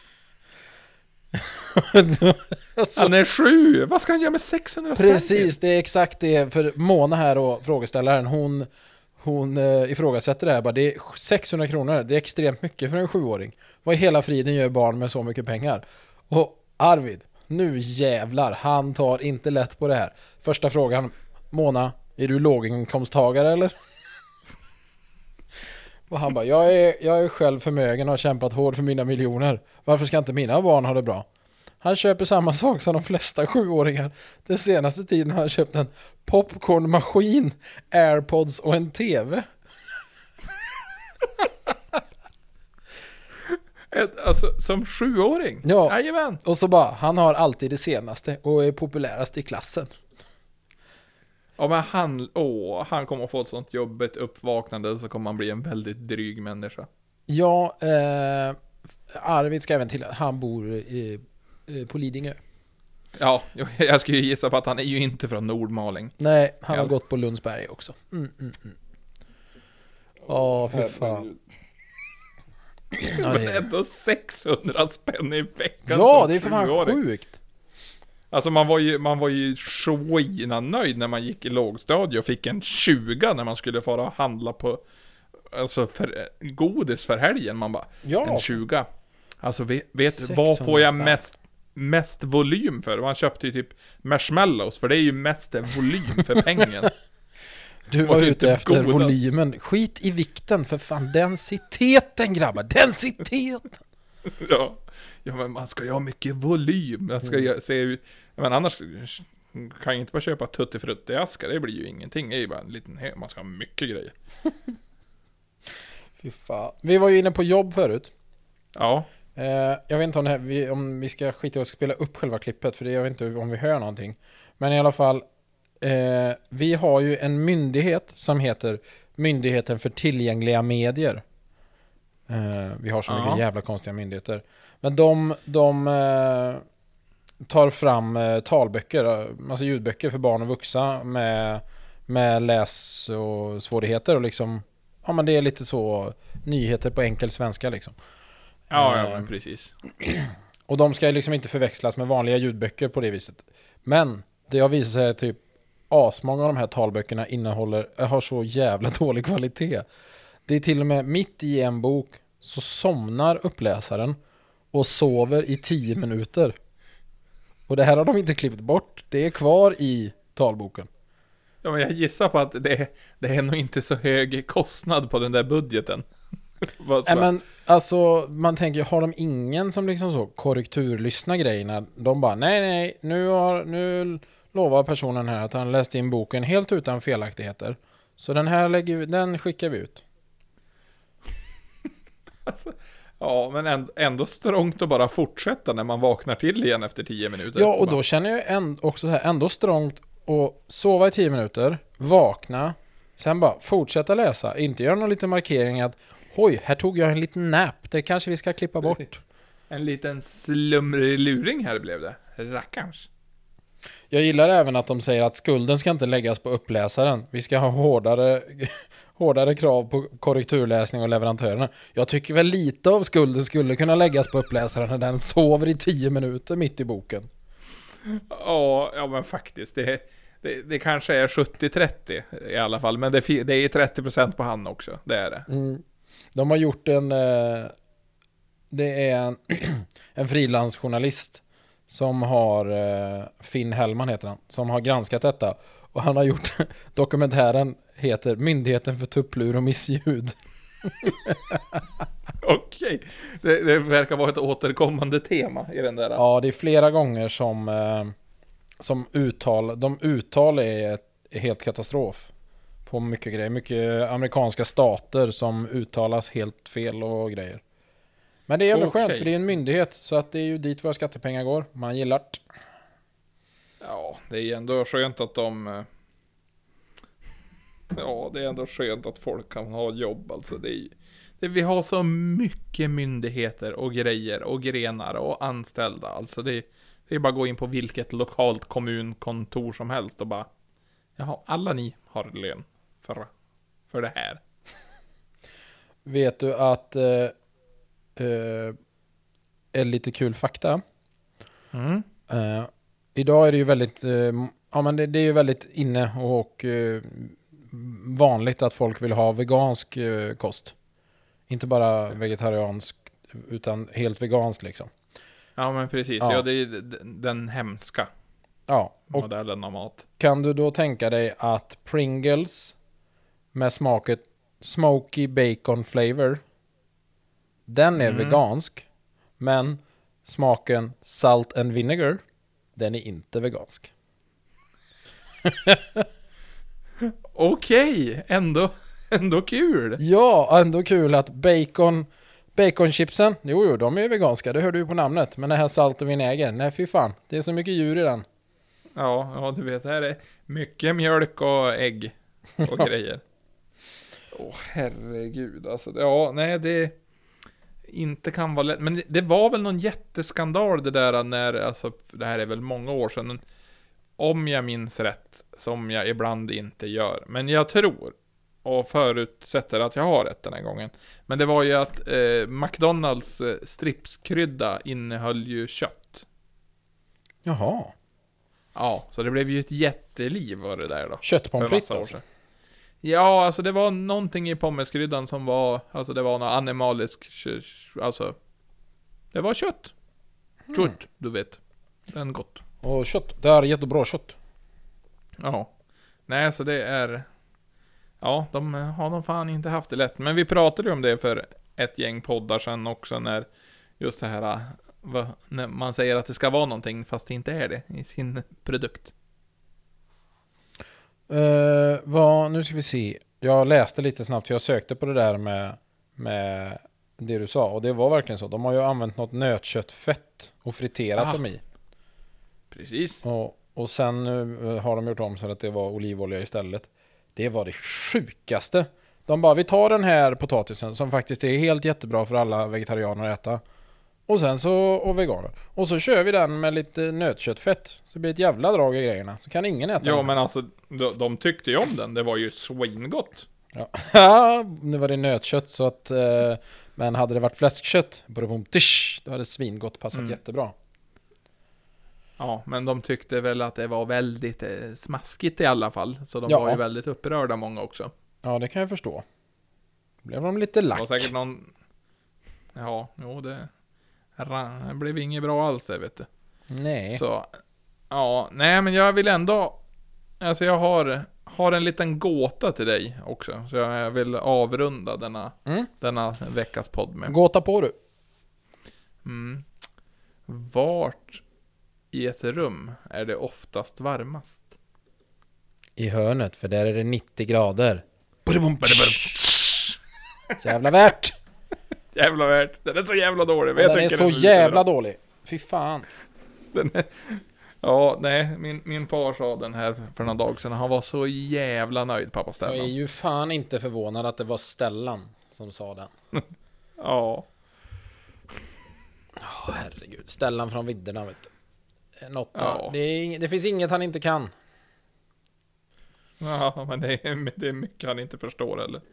Han är 7. Vad ska han göra med 600 spänn? Precis, det är exakt det. För Mona här och frågeställaren, hon ifrågasätter det här. Bara, det är 600 kronor, det är extremt mycket för en 7-åring. Vad i hela friden gör barn med så mycket pengar? Och Arvid, nu jävlar, han tar inte lätt på det här. Första frågan, Mona, är du låginkomsttagare eller? Och han bara, jag är själv förmögen och har kämpat hårt för mina miljoner. Varför ska inte mina barn ha det bra? Han köper samma sak som de flesta 7-åringar. Den senaste tiden har han köpt en popcornmaskin, Airpods och en TV. Alltså, som 7-åring? Ja, jajamän. Och så bara, han har alltid det senaste och är populärast i klassen. Ja, men han kommer att få ett sånt jobbigt uppvaknande, så kommer han bli en väldigt dryg människa. Ja, Arvid ska även till att han bor på Lidingö. Ja, jag skulle ju gissa på att han är ju inte från Nordmaling. Nej, han har gått på Lundsberg också. Fy fan. Men ändå 600 spänn i veckan. Ja, det är för fan sjukt. Alltså man var ju nöjd när man gick i lågstadie och fick en 20 när man skulle fara och handla på, alltså för godis för helgen. Man bara, en 20. Alltså vet vad får jag mest volym för? Man köpte ju typ marshmallows, för det är ju mest volym för pengen. Du var ute efter volymen. Skit i vikten, för fan. Densiteten, grabbar. Densiteten. Ja, men man ska ju ha mycket volym. Man ska se, men annars kan jag inte bara köpa tuttifrutti-askar. Det blir ju ingenting. Det är ju bara en liten, man ska ha mycket grejer. Fy fan. Vi var ju inne på jobb förut. Ja. Jag vet inte om vi ska skita och spela upp själva klippet, för det jag vet inte om vi hör någonting. Men i alla fall, vi har ju en myndighet som heter Myndigheten för tillgängliga medier. Vi har så mycket jävla konstiga myndigheter. Men de tar fram talböcker, alltså ljudböcker för barn och vuxna med läs och svårigheter och liksom, ja men det är lite så nyheter på enkel svenska liksom. Ja, men precis. Och de ska liksom inte förväxlas med vanliga ljudböcker på det viset. Men det har visat sig att typ asmånga av de här talböckerna har så jävla dålig kvalitet. Det är till och med mitt i en bok så somnar uppläsaren och sover i 10 minuter. Och det här har de inte klippt bort. Det är kvar i talboken. Ja, men jag gissar på att det är nog inte så hög kostnad på den där budgeten. Nej, men alltså man tänker, har de ingen som liksom så korrekturlyssnar grejerna? De bara, nej, nu lovar personen här att han läst in boken helt utan felaktigheter. Så den skickar vi ut. Alltså, ja, men ändå strångt att bara fortsätta när man vaknar till igen efter 10 minuter. Ja, och då känner jag också så här, ändå strångt att sova i 10 minuter, vakna, sen bara fortsätta läsa, inte göra någon liten markering att oj, här tog jag en liten nap, det kanske vi ska klippa bort. En liten slumrig luring här blev det. Rackarns. Jag gillar även att de säger att skulden ska inte läggas på uppläsaren. Vi ska ha hårdare krav på korrekturläsning och leverantörerna. Jag tycker väl lite av skulden skulle kunna läggas på uppläsaren när den sover i 10 minuter mitt i boken. Ja, men faktiskt. Det kanske är 70-30 i alla fall. Men det är 30% på han också. Det är det. De har gjort det är en frilansjournalist som har Finn Hellman heter han, som har granskat detta, och han har gjort dokumentären heter Myndigheten för tupplur och missljud. Okej. Det verkar vara ett återkommande tema i den där. Ja, det är flera gånger som uttal är helt katastrof på mycket grejer, mycket amerikanska stater som uttalas helt fel och grejer. Men det är ändå skönt, för det är en myndighet, så att det är ju dit våra skattepengar går. Man gillar det. Ja, det är ändå skönt att det är ändå skönt att folk kan ha jobb. Alltså vi har så mycket myndigheter och grejer och grenar och anställda. Alltså det är bara att gå in på vilket lokalt kommunkontor som helst och bara, jaha, alla ni har lön för det här. Vet du att är lite kul fakta. Idag är det ju väldigt men det är ju väldigt inne och vanligt att folk vill ha vegansk kost. Inte bara vegetariansk utan helt vegansk liksom. Ja, men precis. Ja, det är den hemska modellen av mat. Kan du då tänka dig att Pringles med smaket smoky bacon flavor, den är vegansk, men smaken salt and vinegar, den är inte vegansk. Okej, ändå kul. Ja, ändå kul att baconchipsen, de är veganska, det hör du ju på namnet. Men det här salt och vinäger, nej fy fan, det är så mycket djur i den. Ja, du vet, det här är mycket mjölk och ägg och grejer. Herregud, alltså. Ja, nej, det inte kan vara lätt. Men det var väl någon jätteskandal det där när, alltså, det här är väl många år sedan. Om jag minns rätt, som jag ibland inte gör. Men jag tror, och förutsätter att jag har rätt den här gången. Men det var ju att McDonalds stripskrydda innehöll ju kött. Jaha. Ja, så det blev ju ett jätteliv var det där då. Köttpommes frites alltså. Ja, alltså det var någonting i pommeskryddan som var, alltså det var något animalisk, alltså det var kött. Kött, du vet. Den gott. Och kött, det är jättebra kött. Ja. Nej, så det är, ja, de har nog fan inte haft det lätt. Men vi pratade ju om det för ett gäng poddar sedan också, när just det här, när man säger att det ska vara någonting fast det inte är det i sin produkt. Nu ska vi se. Jag läste lite snabbt, för jag sökte på det där med det du sa. Och det var verkligen så. De har ju använt något nötköttfett och friterat dem i. Precis. Och sen har de gjort om så att det var olivolja istället. Det var det sjukaste. De bara, vi tar den här potatisen som faktiskt är helt jättebra för alla vegetarianer att äta. Och sen så, och veganer. Och så kör vi den med lite nötköttfett. Så det blir ett jävla drag i grejerna. Så kan ingen äta den. Ja, men alltså, de tyckte ju om den. Det var ju svingott. Ja, nu var det nötkött så att... men hade det varit fläskkött, då hade svingott passat jättebra. Ja, men de tyckte väl att det var väldigt smaskigt i alla fall. Så de var ju väldigt upprörda många också. Ja, det kan jag förstå. Blev de lite lack. Det var säkert någon... Ja, jo, det blev inget bra alls det, vet du. Nej. Så, ja, nej, men jag vill ändå... Alltså jag har en liten gåta till dig också. Så jag vill avrunda denna veckas podd med. Gåta på du. Vart i ett rum är det oftast varmast? I hörnet, för där är det 90 grader. Jävla värt. Jävla värt. Den är så jävla dålig. Den är så jävla dålig. Fy fan. Ja, nej. Min far sa den här för några dagar sedan. Han var så jävla nöjd, pappa Stellan. Jag är ju fan inte förvånad att det var Stellan som sa den. Ja. Herregud. Stellan från vidderna, vet du. Ja. Det finns inget han inte kan. Ja, men det är mycket han inte förstår eller.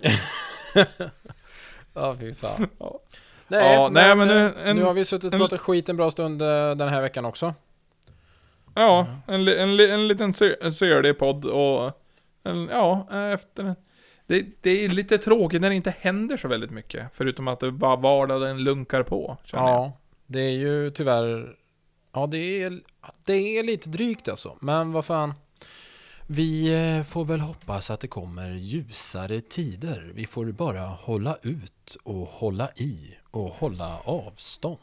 Ja, fy fan. Ja. Nej, men nu har vi suttit och pratat skit en bra stund den här veckan också. Ja, en liten sölig podd och efter det är lite tråkigt när det inte händer så väldigt mycket, förutom att det bara vardagen lunkar på, känner jag. Det är ju tyvärr det är lite drygt alltså, men vad fan. Vi får väl hoppas att det kommer ljusare tider. Vi får bara hålla ut och hålla i och hålla avstånd.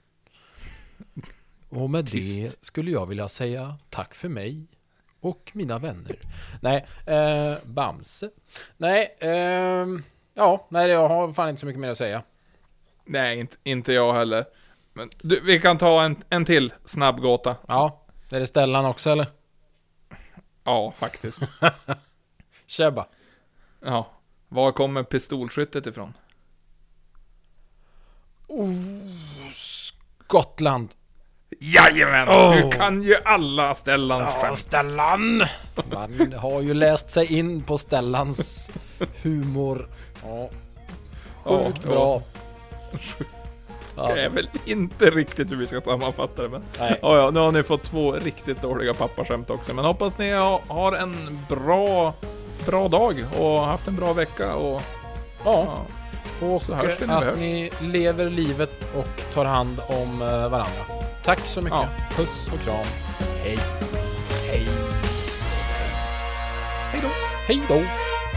Och med det skulle jag vilja säga tack för mig och mina vänner. Nej, Bamse. Nej, jag har fan inte så mycket mer att säga. Nej, inte jag heller. Men vi kan ta en till snabb gåta. Ja, är det Stellan också eller? Ja, faktiskt. Käbba. Ja, var kommer pistolskyttet ifrån? Skottland. Jajamän, du kan ju alla Stellans skämt. Stellan. Man har ju läst sig in på Stellans humor. Ja. Sjukt bra. Det är väl inte riktigt hur vi ska sammanfatta det, men nej. Ja, nu har ni fått 2 riktigt dåliga pappaskämt också. Men hoppas ni har en bra dag och haft en bra vecka och och att ni lever livet och tar hand om varandra. Tack så mycket. Puss och kram. Hej. Hej då. Hej då.